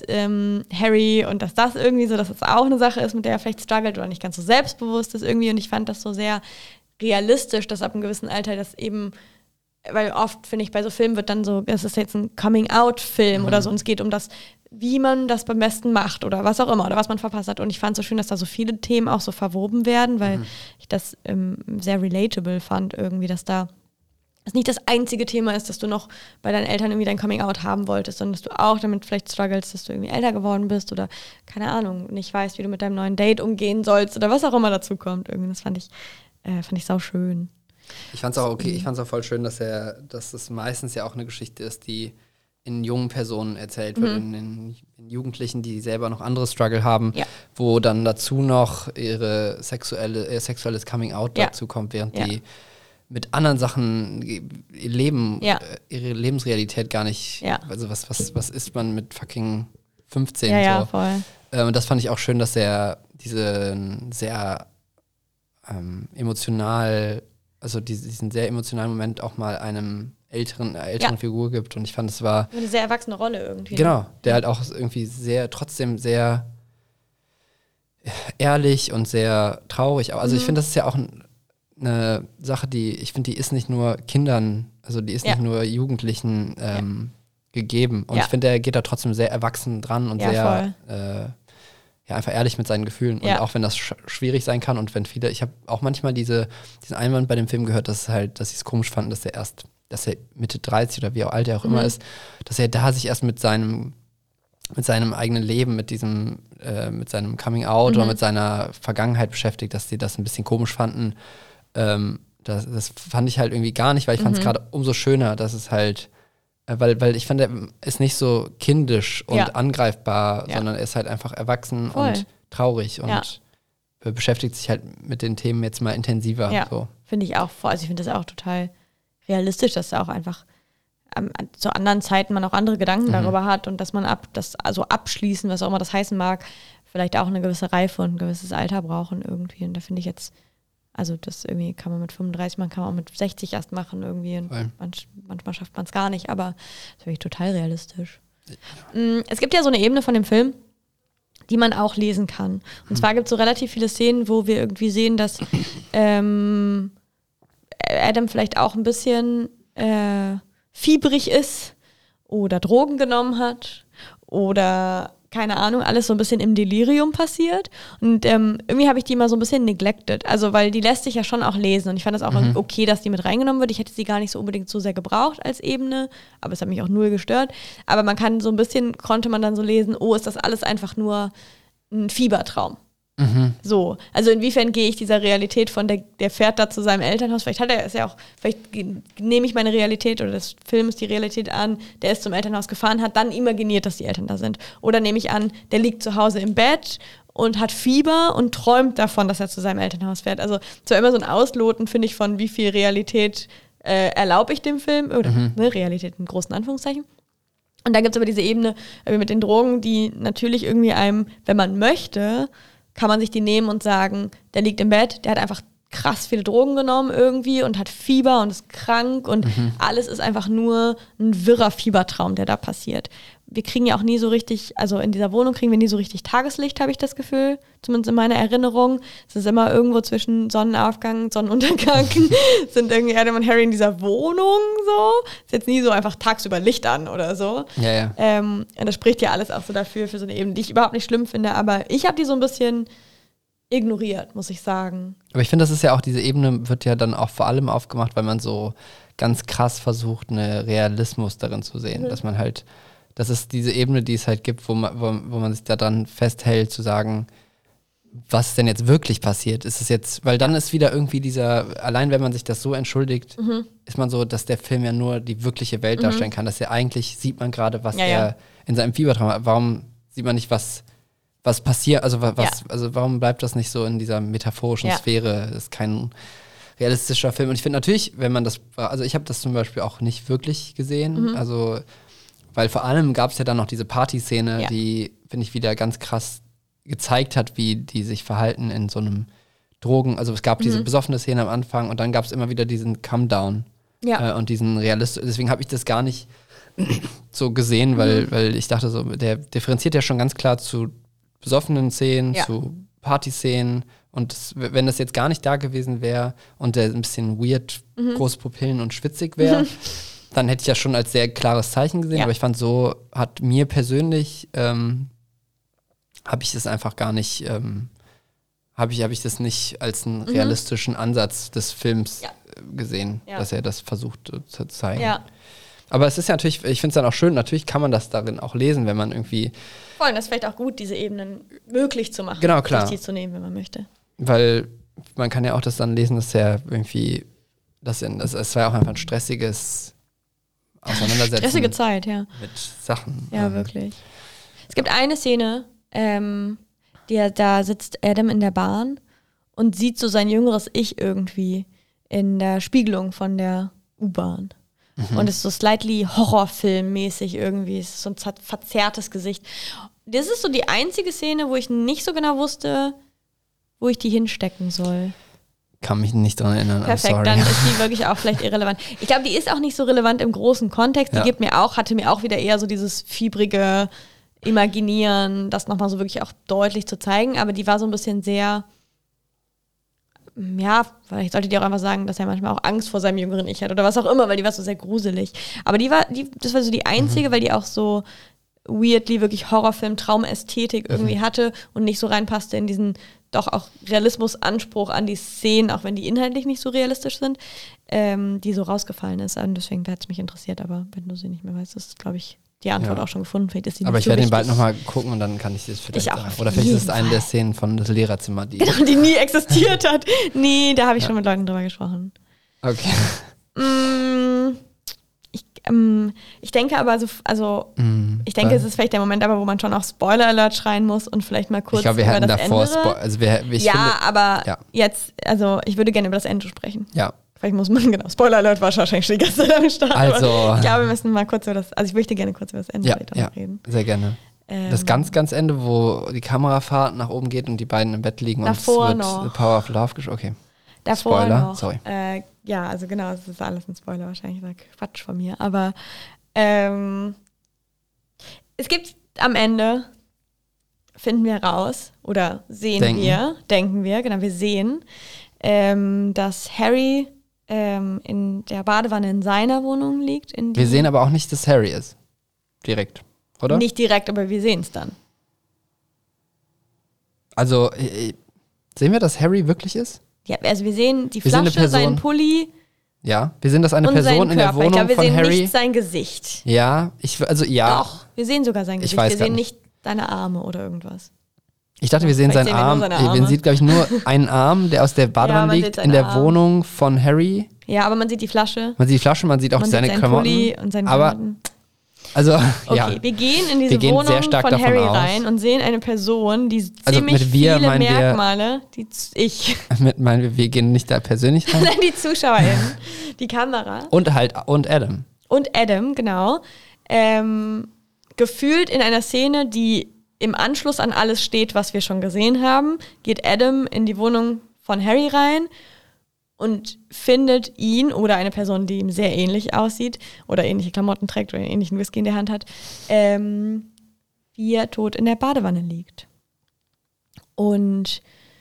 Harry und dass das irgendwie so, dass das auch eine Sache ist, mit der er vielleicht struggelt oder nicht ganz so selbstbewusst ist irgendwie. Und ich fand das so sehr realistisch, dass ab einem gewissen Alter das eben, weil oft, finde ich, bei so Filmen wird dann so, es ist jetzt ein Coming-out-Film oder so und es geht um das, wie man das beim besten macht oder was auch immer oder was man verpasst hat. Und ich fand es so schön, dass da so viele Themen auch so verwoben werden, weil ich das sehr relatable fand irgendwie, dass da es nicht das einzige Thema ist, dass du noch bei deinen Eltern irgendwie dein Coming-out haben wolltest, sondern dass du auch damit vielleicht struggles, dass du irgendwie älter geworden bist oder, keine Ahnung, nicht weißt, wie du mit deinem neuen Date umgehen sollst oder was auch immer dazu kommt. Irgendwie, das fand ich sau schön. Ich fand's auch okay, ich fand's auch voll schön, dass es meistens ja auch eine Geschichte ist, die in jungen Personen erzählt wird, in Jugendlichen, die selber noch andere Struggle haben, wo dann dazu noch ihr sexuelles Coming-out dazu kommt, während die mit anderen Sachen ihr Leben, ihre Lebensrealität gar nicht, also was ist man mit fucking 15? Ja, voll. Und das fand ich auch schön, dass er diesen sehr emotional, also diesen sehr emotionalen Moment auch mal einer älteren Figur gibt. Und ich fand, es war eine sehr erwachsene Rolle irgendwie. Genau, der halt auch irgendwie trotzdem sehr ehrlich und sehr traurig. Also ich finde, das ist ja auch eine Sache, die ist nicht nur Kindern, also die ist nicht nur Jugendlichen gegeben. Und ich finde, er geht da trotzdem sehr erwachsen dran und sehr einfach ehrlich mit seinen Gefühlen. Und auch wenn das schwierig sein kann und wenn viele, ich habe auch manchmal diesen Einwand bei dem Film gehört, dass sie es komisch fanden, dass er Mitte 30 oder wie alt er auch immer ist, dass er da sich erst mit seinem eigenen Leben, mit seinem Coming Out oder mit seiner Vergangenheit beschäftigt, dass sie das ein bisschen komisch fanden. Das fand ich halt irgendwie gar nicht, weil ich fand es gerade umso schöner, dass es halt, weil ich fand, er ist nicht so kindisch und angreifbar, sondern er ist halt einfach erwachsen und traurig und beschäftigt sich halt mit den Themen jetzt mal intensiver. Ja, so. Finde ich auch. Also ich finde das auch total realistisch, dass er auch einfach zu anderen Zeiten man auch andere Gedanken darüber hat und dass man abschließen, was auch immer das heißen mag, vielleicht auch eine gewisse Reife und ein gewisses Alter brauchen irgendwie. Und da finde ich jetzt, also das irgendwie kann man mit 35 machen, kann man auch mit 60 erst machen irgendwie. Und manchmal schafft man es gar nicht, aber das finde ich total realistisch. Ja. Es gibt ja so eine Ebene von dem Film, die man auch lesen kann. Und zwar gibt es so relativ viele Szenen, wo wir irgendwie sehen, dass Adam vielleicht auch ein bisschen fiebrig ist oder Drogen genommen hat oder keine Ahnung, alles so ein bisschen im Delirium passiert. Und irgendwie habe ich die immer so ein bisschen neglected. Also, weil die lässt sich ja schon auch lesen. Und ich fand das auch okay, dass die mit reingenommen wird. Ich hätte sie gar nicht so unbedingt so sehr gebraucht als Ebene, aber es hat mich auch null gestört. Aber man kann so ein bisschen, konnte man dann so lesen, oh, ist das alles einfach nur ein Fiebertraum. So, also inwiefern gehe ich dieser Realität von der fährt da zu seinem Elternhaus, vielleicht nehme ich meine Realität oder des Films die Realität an, der ist zum Elternhaus gefahren, hat dann imaginiert, dass die Eltern da sind. Oder nehme ich an, der liegt zu Hause im Bett und hat Fieber und träumt davon, dass er zu seinem Elternhaus fährt. Also zwar immer so ein Ausloten, finde ich, von wie viel Realität erlaube ich dem Film, oder Realität in großen Anführungszeichen. Und da gibt es aber diese Ebene mit den Drogen, die natürlich irgendwie einem, wenn man möchte, kann man sich die nehmen und sagen, der liegt im Bett, der hat einfach krass viele Drogen genommen irgendwie und hat Fieber und ist krank und alles ist einfach nur ein wirrer Fiebertraum, der da passiert. Wir kriegen ja auch nie so richtig, also in dieser Wohnung kriegen wir nie so richtig Tageslicht, habe ich das Gefühl, zumindest in meiner Erinnerung. Es ist immer irgendwo zwischen Sonnenaufgang, Sonnenuntergang, sind irgendwie Adam und Harry in dieser Wohnung so. Ist jetzt nie so einfach tagsüber Licht an oder so. Ja. Und das spricht ja alles auch so dafür, für so eine Ebene, die ich überhaupt nicht schlimm finde, aber ich habe die so ein bisschen ignoriert, muss ich sagen. Aber ich finde, das ist ja auch, diese Ebene wird ja dann auch vor allem aufgemacht, weil man so ganz krass versucht, einen Realismus darin zu sehen, dass man halt, das ist diese Ebene, die es halt gibt, wo man sich da dran festhält, zu sagen, was denn jetzt wirklich passiert. Ist es jetzt, weil dann ist wieder irgendwie allein wenn man sich das so entschuldigt, ist man so, dass der Film ja nur die wirkliche Welt darstellen kann, dass er eigentlich, sieht man gerade, was er in seinem Fiebertraum hat. Warum sieht man nicht, was passiert, also also warum bleibt das nicht so in dieser metaphorischen Sphäre? Das ist kein realistischer Film. Und ich finde natürlich, wenn man also ich habe das zum Beispiel auch nicht wirklich gesehen, also weil vor allem gab es ja dann noch diese Party-Szene, die, finde ich, wieder ganz krass gezeigt hat, wie die sich verhalten in so einem Drogen, also es gab diese besoffene Szene am Anfang und dann gab es immer wieder diesen Come-Down und diesen Realismus, deswegen habe ich das gar nicht so gesehen, weil ich dachte so, der differenziert ja schon ganz klar zu besoffenen Szenen, zu Party-Szenen und wenn das jetzt gar nicht da gewesen wäre und der ein bisschen weird, große Pupillen und schwitzig wäre, dann hätte ich ja schon als sehr klares Zeichen gesehen, aber ich fand so, hat mir persönlich, habe ich das einfach gar nicht, habe ich das nicht als einen realistischen Ansatz des Films gesehen, dass er das versucht zu zeigen. Ja. Aber es ist ja natürlich, ich finde es dann auch schön, natürlich kann man das darin auch lesen, wenn man irgendwie... Vor allem, das ist vielleicht auch gut, diese Ebenen möglich zu machen. Genau, klar. Die zu nehmen, wenn man möchte. Weil man kann ja auch das dann lesen, dass er irgendwie, es war ja auch einfach ein stressiges Auseinandersetzen. Stressige Zeit, ja. Mit Sachen. Ja, wirklich. Es gibt eine Szene, da sitzt Adam in der Bahn und sieht so sein jüngeres Ich irgendwie in der Spiegelung von der U-Bahn. Und es ist so slightly Horrorfilmmäßig irgendwie. Es ist so ein verzerrtes Gesicht. Das ist so die einzige Szene, wo ich nicht so genau wusste, wo ich die hinstecken soll. Kann mich nicht dran erinnern. Perfekt, dann ist die wirklich auch vielleicht irrelevant. Ich glaube, die ist auch nicht so relevant im großen Kontext. Die hatte mir auch wieder eher so dieses fiebrige Imaginieren, das nochmal so wirklich auch deutlich zu zeigen. Aber die war so ein bisschen sehr, ja, vielleicht sollte die auch einfach sagen, dass er manchmal auch Angst vor seinem jüngeren Ich hat oder was auch immer, weil die war so sehr gruselig. Aber das war so die einzige, weil die auch so weirdly wirklich Horrorfilm-Traumästhetik irgendwie hatte und nicht so reinpasste in diesen doch auch Realismusanspruch an die Szenen, auch wenn die inhaltlich nicht so realistisch sind, die so rausgefallen ist. Und deswegen hätte es mich interessiert, aber wenn du sie nicht mehr weißt, ist, glaube ich, die Antwort auch schon gefunden. Vielleicht ist die aber nicht ich werde so ihn bald nochmal gucken und dann kann ich das vielleicht sagen. Oder vielleicht ist es eine der Szenen von das Lehrerzimmer, die nie existiert hat. Nee, da habe ich schon mit Leuten drüber gesprochen. Okay. Ich denke aber, ich denke, es ist vielleicht der Moment, aber wo man schon auf Spoiler-Alert schreien muss und vielleicht mal kurz ich glaube, wir über hätten das davor Ende. Jetzt, also ich würde gerne über das Ende sprechen. Ja. Vielleicht muss man, Spoiler-Alert war wahrscheinlich schon die ganze Zeit am Start. Also, ich glaube, wir müssen mal kurz über das, also ich möchte gerne kurz über das Ende reden. Sehr gerne. Das ganz Ende, wo die Kamerafahrt nach oben geht und die beiden im Bett liegen davor und es wird noch. Power of Love okay. Davor Spoiler, noch. Sorry. Ja, also genau, es ist alles ein Spoiler wahrscheinlich, Quatsch von mir, aber es gibt am Ende, finden wir raus oder denken wir, wir sehen, dass Harry in der Badewanne in seiner Wohnung liegt. Wir sehen aber auch nicht, dass Harry ist. Direkt, oder? Nicht direkt, aber wir sehen es dann. Also, sehen wir, dass Harry wirklich ist? Ja, also wir sehen die Flasche, seinen Pulli. Ja, wir sehen, dass eine Person in der Wohnung von Harry... Ich glaube, wir sehen nicht sein Gesicht. Ja, Doch, wir sehen sogar sein Gesicht. Wir sehen nicht seine Arme oder irgendwas. Ich dachte, wir sehen seinen Arm. Man sieht, glaube ich, nur einen Arm, der aus der Badewanne liegt, in der Wohnung von Harry. Ja, aber man sieht die Flasche. Man sieht auch seine Klamotten. Pulli und seine Klamotten. Also, okay, wir gehen in diese Wohnung von Harry rein und sehen eine Person, die ziemlich viele Merkmale, wir gehen nicht da persönlich rein. Nein, die ZuschauerInnen, die Kamera. Und Adam. Und Adam, genau. Gefühlt in einer Szene, die im Anschluss an alles steht, was wir schon gesehen haben, geht Adam in die Wohnung von Harry rein und findet ihn oder eine Person, die ihm sehr ähnlich aussieht oder ähnliche Klamotten trägt oder einen ähnlichen Whisky in der Hand hat, wie er tot in der Badewanne liegt. Und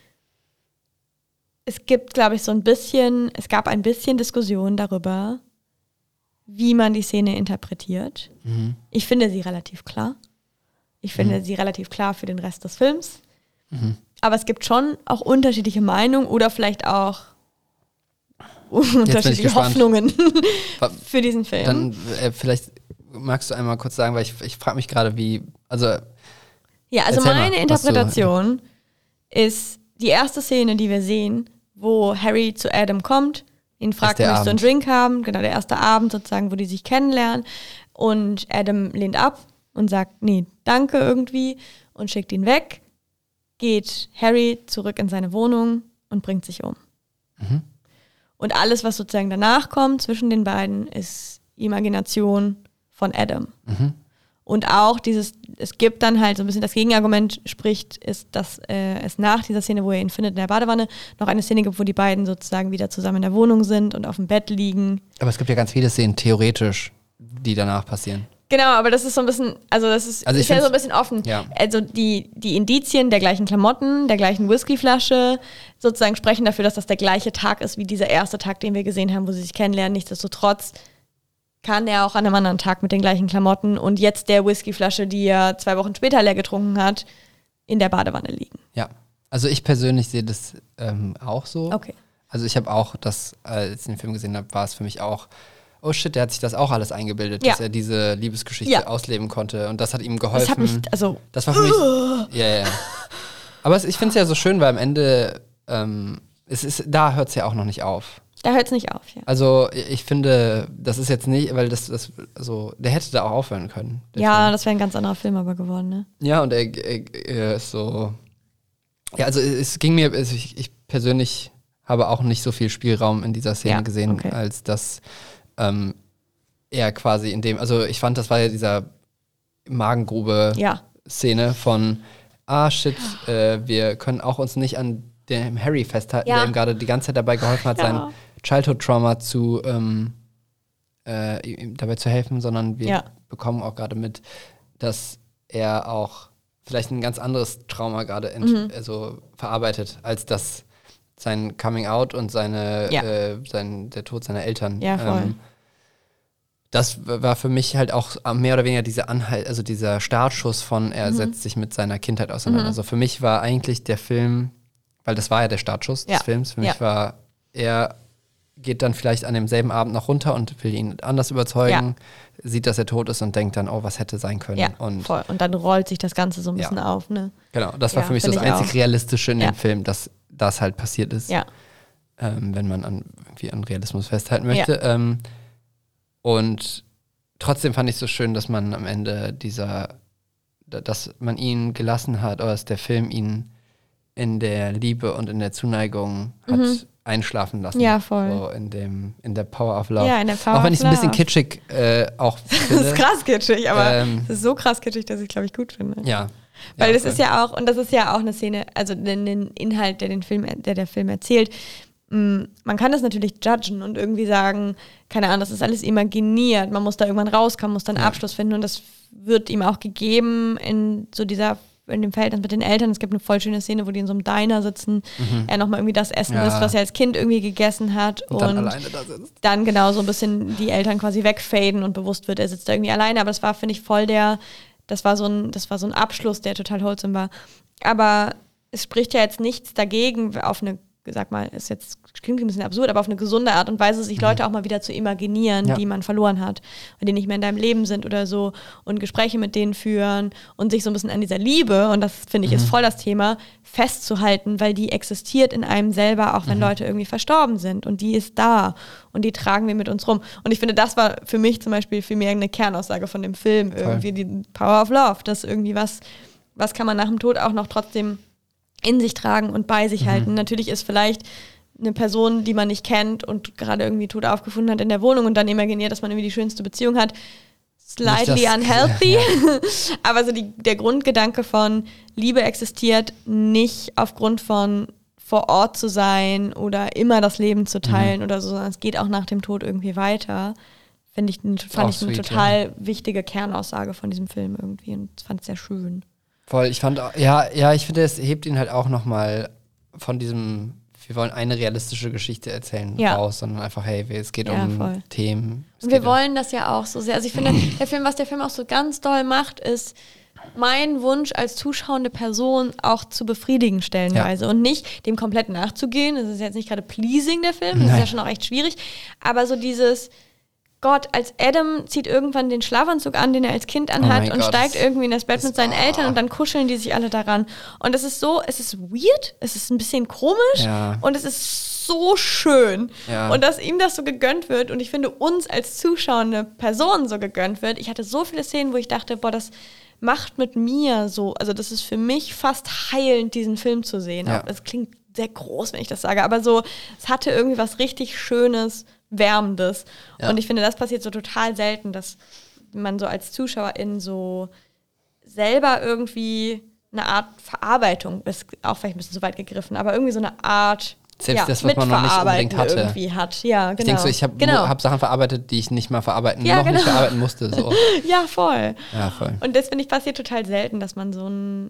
es gibt, glaube ich, es gab ein bisschen Diskussion darüber, wie man die Szene interpretiert. Mhm. Ich finde sie relativ klar. Ich finde sie relativ klar für den Rest des Films. Mhm. Aber es gibt schon auch unterschiedliche Meinungen oder vielleicht auch unterschiedliche Hoffnungen für diesen Film. Dann vielleicht magst du einmal kurz sagen, weil ich frage mich gerade, wie, also meine Interpretation ist die erste Szene, die wir sehen, wo Harry zu Adam kommt, ihn fragt, möchtest du einen Drink haben? Genau, der erste Abend sozusagen, wo die sich kennenlernen und Adam lehnt ab und sagt, nee, danke irgendwie und schickt ihn weg, geht Harry zurück in seine Wohnung und bringt sich um. Mhm. Und alles, was sozusagen danach kommt zwischen den beiden, ist Imagination von Adam. Mhm. Und auch es gibt dann halt so ein bisschen das Gegenargument spricht, ist, dass es nach dieser Szene, wo er ihn findet in der Badewanne, noch eine Szene gibt, wo die beiden sozusagen wieder zusammen in der Wohnung sind und auf dem Bett liegen. Aber es gibt ja ganz viele Szenen, theoretisch, die danach passieren. Genau, aber das ist so ein bisschen, ist ja so ein bisschen offen. Ja. Also die Indizien der gleichen Klamotten, der gleichen Whiskyflasche sozusagen sprechen dafür, dass das der gleiche Tag ist wie dieser erste Tag, den wir gesehen haben, wo sie sich kennenlernen. Nichtsdestotrotz kann er auch an einem anderen Tag mit den gleichen Klamotten und jetzt der Whiskyflasche, die er 2 Wochen später leer getrunken hat, in der Badewanne liegen. Ja, also ich persönlich sehe das auch so. Okay. Also ich habe auch als ich den Film gesehen habe, war es für mich auch, oh shit, der hat sich das auch alles eingebildet, dass er diese Liebesgeschichte ausleben konnte und das hat ihm geholfen. Das war für mich, ja. Aber ich finde es ja so schön, weil am Ende, da hört es ja auch noch nicht auf. Da hört es nicht auf, ja. Also ich finde, das ist jetzt nicht, weil der hätte da auch aufhören können. Ja, Film. das wäre ein ganz anderer Film aber geworden, ne? Ja, und er ist so, ja, also es ging mir, ich persönlich habe auch nicht so viel Spielraum in dieser Szene gesehen, als dass er quasi in dem, also ich fand, das war ja dieser Magengrube-Szene von shit, wir können auch uns nicht an dem Harry festhalten, der ihm gerade die ganze Zeit dabei geholfen hat, sein Childhood-Trauma ihm dabei zu helfen, sondern wir bekommen auch gerade mit, dass er auch vielleicht ein ganz anderes Trauma gerade verarbeitet, als das sein Coming Out und der Tod seiner Eltern. Ja, voll. Das war für mich halt auch mehr oder weniger dieser Startschuss von, er setzt sich mit seiner Kindheit auseinander. Also für mich war eigentlich der Film, weil das war ja der Startschuss des Films, für mich war, er geht dann vielleicht an demselben Abend noch runter und will ihn anders überzeugen, sieht, dass er tot ist und denkt dann, oh, was hätte sein können. Ja, voll. Und dann rollt sich das Ganze so ein bisschen auf, ne? Genau, das war für mich so das einzig Realistische in dem Film, dass das halt passiert ist, wenn man an Realismus festhalten möchte. Ja. Und trotzdem fand ich es so schön, dass man am Ende dass man ihn gelassen hat, oder dass der Film ihn in der Liebe und in der Zuneigung hat einschlafen lassen. Ja, voll. So in der Power of Love. Ja, in der Power of Love. Auch wenn ich es ein bisschen kitschig auch finde. Das ist krass kitschig, aber es ist so krass kitschig, dass ich glaube ich gut finde. Ja. Weil das ist ja auch, und das ist ja auch eine Szene, also den Inhalt, der der Film erzählt, man kann das natürlich judgen und irgendwie sagen, keine Ahnung, das ist alles imaginiert, man muss da irgendwann rauskommen, muss dann einen Abschluss finden und das wird ihm auch gegeben in dem Verhältnis mit den Eltern. Es gibt eine voll schöne Szene, wo die in so einem Diner sitzen, er nochmal irgendwie das Essen isst, was er als Kind irgendwie gegessen hat und dann alleine da sitzt. Dann genau so ein bisschen die Eltern quasi wegfaden und bewusst wird, er sitzt da irgendwie alleine, aber das war, finde ich, das war so ein Abschluss, der total wholesome war. Aber es spricht ja jetzt nichts dagegen, auf eine, sag mal, klingt ein bisschen absurd, aber auf eine gesunde Art und Weise, sich Leute auch mal wieder zu imaginieren, die man verloren hat und die nicht mehr in deinem Leben sind oder so und Gespräche mit denen führen und sich so ein bisschen an dieser Liebe, und das finde ich ist voll das Thema, festzuhalten, weil die existiert in einem selber, auch wenn Leute irgendwie verstorben sind, und die ist da und die tragen wir mit uns rum. Und ich finde, das war für mich zum Beispiel viel mehr eine Kernaussage von dem Film, irgendwie die Power of Love, dass irgendwie was kann man nach dem Tod auch noch trotzdem in sich tragen und bei sich halten. Natürlich ist vielleicht eine Person, die man nicht kennt und gerade irgendwie tot aufgefunden hat in der Wohnung und dann imaginiert, dass man irgendwie die schönste Beziehung hat, slightly unhealthy. Aber so der Grundgedanke von Liebe existiert nicht aufgrund von vor Ort zu sein oder immer das Leben zu teilen oder so, sondern es geht auch nach dem Tod irgendwie weiter. Fand ich eine total wichtige Kernaussage von diesem Film irgendwie und fand es sehr schön. Voll, ich finde, es hebt ihn halt auch nochmal von diesem, wir wollen eine realistische Geschichte erzählen, raus, sondern einfach, hey, es geht um Themen. Und wir wollen das ja auch so sehr. Also ich finde, was der Film auch so ganz doll macht, ist, meinen Wunsch als zuschauende Person auch zu befriedigen stellenweise und nicht dem komplett nachzugehen. Das ist jetzt nicht gerade pleasing, der Film, das ist ja schon auch echt schwierig, aber so dieses Gott, als Adam zieht irgendwann den Schlafanzug an, den er als Kind anhat und steigt irgendwie in das Bett mit seinen Eltern und dann kuscheln die sich alle daran. Und es ist weird, es ist ein bisschen komisch und es ist so schön. Ja. Und dass ihm das so gegönnt wird und ich finde, uns als zuschauende Person so gegönnt wird. Ich hatte so viele Szenen, wo ich dachte, boah, das macht mit mir so, also das ist für mich fast heilend, diesen Film zu sehen. Ja. Es klingt sehr groß, wenn ich das sage, aber so, es hatte irgendwie was richtig Schönes, Wärmendes. Ja. Und ich finde, das passiert so total selten, dass man so als Zuschauerin so selber irgendwie eine Art Verarbeitung, ist auch vielleicht ein bisschen zu weit gegriffen, aber irgendwie so eine Art selbst das, was man noch nicht unbedingt hatte. Irgendwie hat. Ja, genau. Ich denke so, ich habe Sachen verarbeitet, die ich nicht mal nicht verarbeiten musste. So. Ja, voll. Ja, voll. Und das, finde ich, passiert total selten, dass man so einen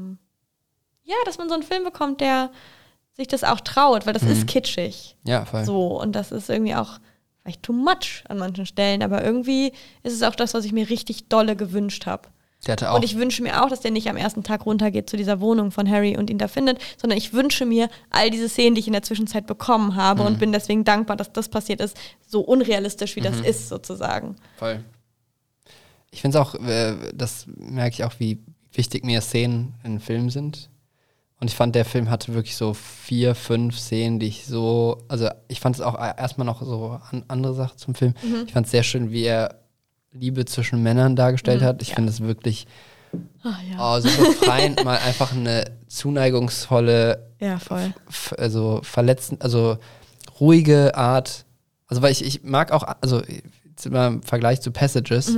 Film bekommt, der sich das auch traut, weil das ist kitschig. Ja, voll. So, und das ist irgendwie auch vielleicht too much an manchen Stellen, aber irgendwie ist es auch das, was ich mir richtig dolle gewünscht habe. Und ich wünsche mir auch, dass der nicht am ersten Tag runtergeht zu dieser Wohnung von Harry und ihn da findet, sondern ich wünsche mir all diese Szenen, die ich in der Zwischenzeit bekommen habe und bin deswegen dankbar, dass das passiert ist, so unrealistisch, wie das ist, sozusagen. Voll. Ich finde es auch, das merke ich auch, wie wichtig mir Szenen in Filmen sind. Und ich fand, der Film hatte wirklich so 4, 5 Szenen, die ich so, also ich fand es auch erstmal noch so andere Sache zum Film. Ich fand es sehr schön, wie er Liebe zwischen Männern dargestellt hat. Ich finde es wirklich so befreiend, mal einfach eine zuneigungsvolle, also verletzend, also ruhige Art. Also weil ich mag auch, also jetzt immer im Vergleich zu Passages,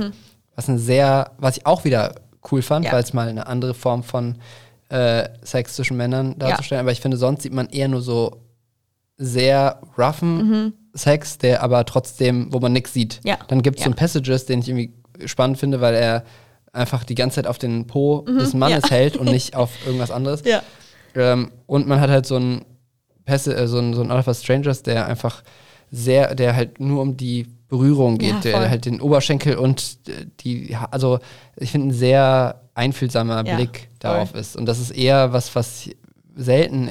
was ich auch wieder cool fand, weil es mal eine andere Form von Sex zwischen Männern darzustellen, aber ich finde, sonst sieht man eher nur so sehr roughen Sex, der aber trotzdem, wo man nichts sieht. Ja. Dann gibt es so einen Passages, den ich irgendwie spannend finde, weil er einfach die ganze Zeit auf den Po des Mannes hält und nicht auf irgendwas anderes. Ja. Und man hat halt so ein All of Us Strangers, der einfach der halt nur um die Berührung geht, der halt den Oberschenkel und also ich finde, ein sehr einfühlsamer Blick darauf ist. Und das ist eher was selten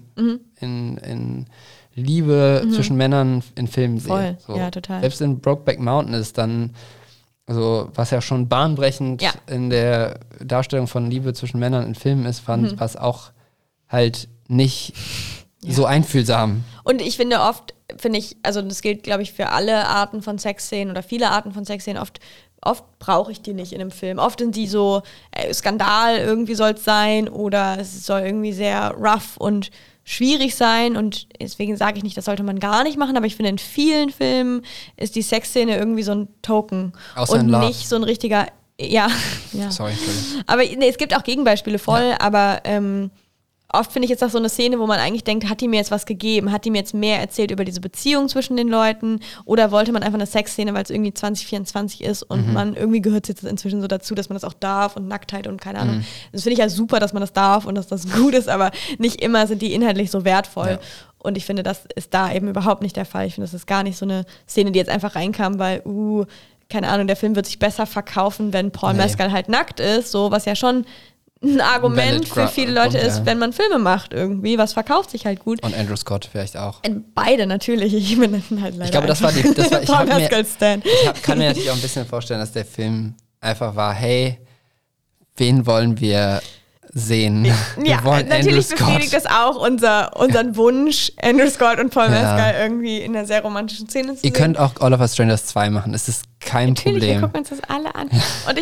in Liebe zwischen Männern in Filmen sehe. So. Ja, total. Selbst in Brokeback Mountain ist dann, also was ja schon bahnbrechend in der Darstellung von Liebe zwischen Männern in Filmen ist, was auch halt nicht so einfühlsam. Und ich finde also das gilt, glaube ich, für alle Arten von Sexszenen oder viele Arten von Sexszenen, oft brauche ich die nicht in einem Film. Oft sind die so, Skandal irgendwie soll es sein oder es soll irgendwie sehr rough und schwierig sein und deswegen sage ich nicht, das sollte man gar nicht machen, aber ich finde, in vielen Filmen ist die Sexszene irgendwie so ein Token und nicht so ein richtiger, Sorry. Aber nee, es gibt auch Gegenbeispiele aber oft finde ich jetzt auch so eine Szene, wo man eigentlich denkt, hat die mir jetzt was gegeben? Hat die mir jetzt mehr erzählt über diese Beziehung zwischen den Leuten? Oder wollte man einfach eine Sexszene, weil es irgendwie 2024 ist und man irgendwie gehört es jetzt inzwischen so dazu, dass man das auch darf und Nacktheit und keine Ahnung. Das finde ich ja super, dass man das darf und dass das gut ist, aber nicht immer sind die inhaltlich so wertvoll. Ja. Und ich finde, das ist da eben überhaupt nicht der Fall. Ich finde, das ist gar nicht so eine Szene, die jetzt einfach reinkam, weil, keine Ahnung, der Film wird sich besser verkaufen, wenn Paul Mescal halt nackt ist, so, was ja schon ein Argument für viele Leute ist, wenn man Filme macht irgendwie, was verkauft sich halt gut. Und Andrew Scott vielleicht auch. Beide natürlich, ich bin halt leider. Ich glaube, ich kann mir natürlich auch ein bisschen vorstellen, dass der Film einfach war, hey, wen wollen wir sehen? Wir wollen natürlich befriedigt das auch unseren Wunsch, Andrew Scott und Paul Mescal irgendwie in einer sehr romantischen Szene zu sehen. Ihr könnt auch All of Us Strangers 2 machen, es ist kein Problem. Wir gucken uns das alle an. Und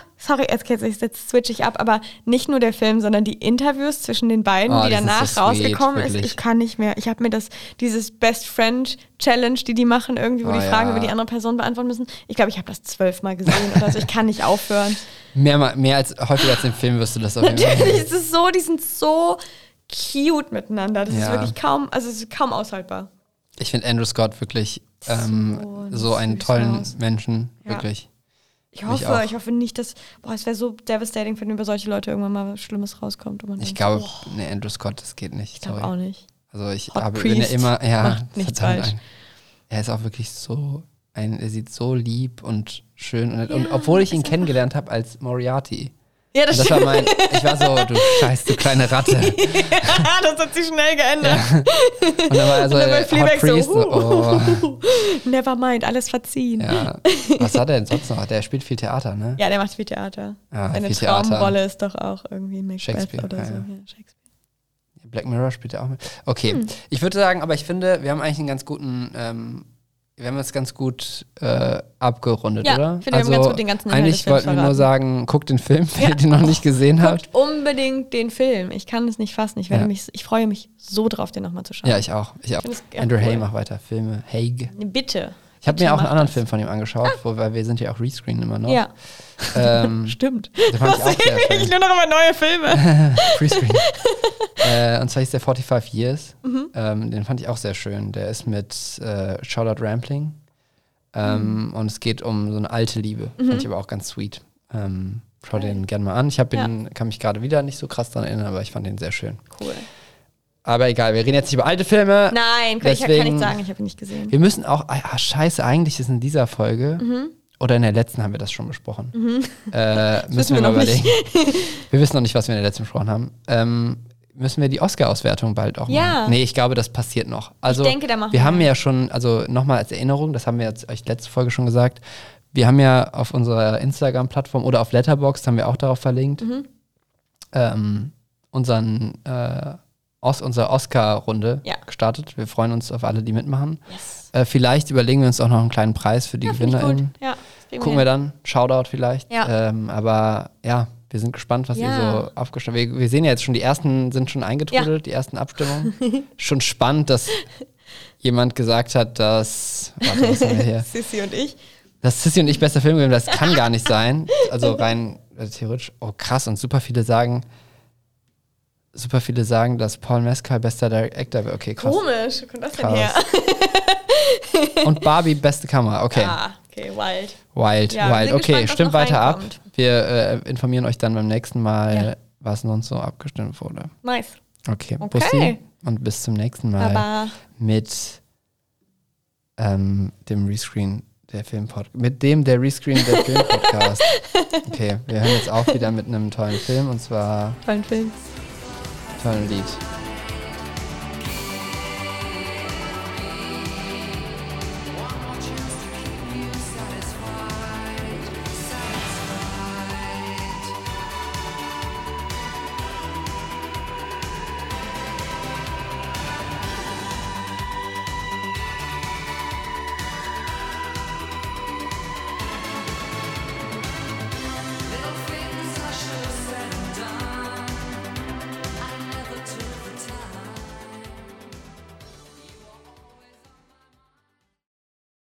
jetzt switch ich ab, aber nicht nur der Film, sondern die Interviews zwischen den beiden, die danach so rausgekommen ist. Ich kann nicht mehr. Ich habe mir dieses Best Friend Challenge, die machen irgendwie, wo die Fragen über die andere Person beantworten müssen. Ich glaube, ich habe das 12-mal gesehen oder so. Ich kann nicht aufhören. Mehr als häufiger als im Film wirst du das auf jeden Fall. Natürlich ist es so, die sind so cute miteinander. Das ist wirklich kaum aushaltbar. Ich finde Andrew Scott wirklich so einen tollen Menschen, wirklich. Ich hoffe nicht, dass, es wäre so devastating, wenn über solche Leute irgendwann mal was Schlimmes rauskommt. Und man ich glaube, Andrew Scott, das geht nicht. Ich glaube auch nicht. Also bin ja immer, nichts falsch. Er ist auch wirklich so, er sieht so lieb und schön. Und obwohl ich ihn kennengelernt habe als Moriarty. Ja, das stimmt. Ich war so, du kleine Ratte. Das hat sich schnell geändert. Ja. Und dann war er so, Hot Priest, never mind, alles verziehen. Ja. Was hat er denn sonst noch? Der spielt viel Theater, ne? Ja, der macht viel Theater. Seine viel Traumrolle ist doch auch irgendwie Macbeth oder so. Ja, Shakespeare. Black Mirror spielt er auch mit. Okay, ich würde sagen, aber ich finde, wir haben eigentlich einen ganz guten... wir haben das ganz gut abgerundet, oder? Ja, ich finde, wir haben ganz gut den ganzen Inhalt eigentlich wollten wir nur sagen, guckt den Film, wenn ihr den noch nicht gesehen habt. Guckt unbedingt den Film. Ich kann es nicht fassen. Ich freue mich so drauf, den nochmal zu schauen. Ja, ich auch. Andrew Hay macht weiter Filme. Haig. Bitte. Ich habe mir auch einen anderen Film von ihm angeschaut, weil wir sind ja auch Rescreen immer noch. Ja. Stimmt. Den fand ich auch sehr schön. Ich nur noch über neue Filme. Prescreen. Und zwar hieß der 45 Years. Den fand ich auch sehr schön. Der ist mit Charlotte Rampling. Und es geht um so eine alte Liebe. Fand ich aber auch ganz sweet. Schau den gerne mal an. Kann mich gerade wieder nicht so krass daran erinnern, aber ich fand den sehr schön. Cool. Aber egal, wir reden jetzt nicht über alte Filme. Nein, kann ich nicht sagen, ich habe ihn nicht gesehen. Wir müssen auch, scheiße, eigentlich ist in dieser Folge, oder in der letzten haben wir das schon besprochen. Müssen wir mal überlegen. Wir wissen noch nicht, was wir in der letzten besprochen haben. Müssen wir die Oscar-Auswertung bald auch machen? Nee, ich glaube, das passiert noch. Also, ich denke, da machen wir haben ja schon, also nochmal als Erinnerung, das haben wir jetzt euch letzte Folge schon gesagt, wir haben ja auf unserer Instagram-Plattform oder auf Letterboxd, haben wir auch darauf verlinkt, unsere Oscar-Runde gestartet. Wir freuen uns auf alle, die mitmachen. Yes. Vielleicht überlegen wir uns auch noch einen kleinen Preis für die GewinnerInnen. Ja, gucken wir dann. Shoutout vielleicht. Ja. Aber ja, Wir sind gespannt, was ihr so aufgestellt habt. Wir sehen ja jetzt schon, die ersten sind schon eingetrudelt, die ersten Abstimmungen. Schon spannend, dass jemand gesagt hat, dass was haben wir hier? Sissi und ich. Dass Sissi und ich bester Film geben, das kann gar nicht sein. Also rein theoretisch. Oh krass, und super viele sagen, dass Paul Mescal bester Director wäre. Okay, krass. Komisch, wo kommt das denn her? Und Barbie beste Kamera, okay. Okay, wild. Wild. Okay, gespannt, stimmt weiter reinkommt. ab. Wir informieren euch dann beim nächsten Mal, was sonst so abgestimmt wurde. Nice. Okay, Bussi. Und bis zum nächsten Mal Aber mit dem Rescreen der Filmpodcast. Mit dem der Rescreen der Filmpodcast. Okay, wir hören jetzt auch wieder mit einem tollen Film und zwar tollen Film. tollen Lied.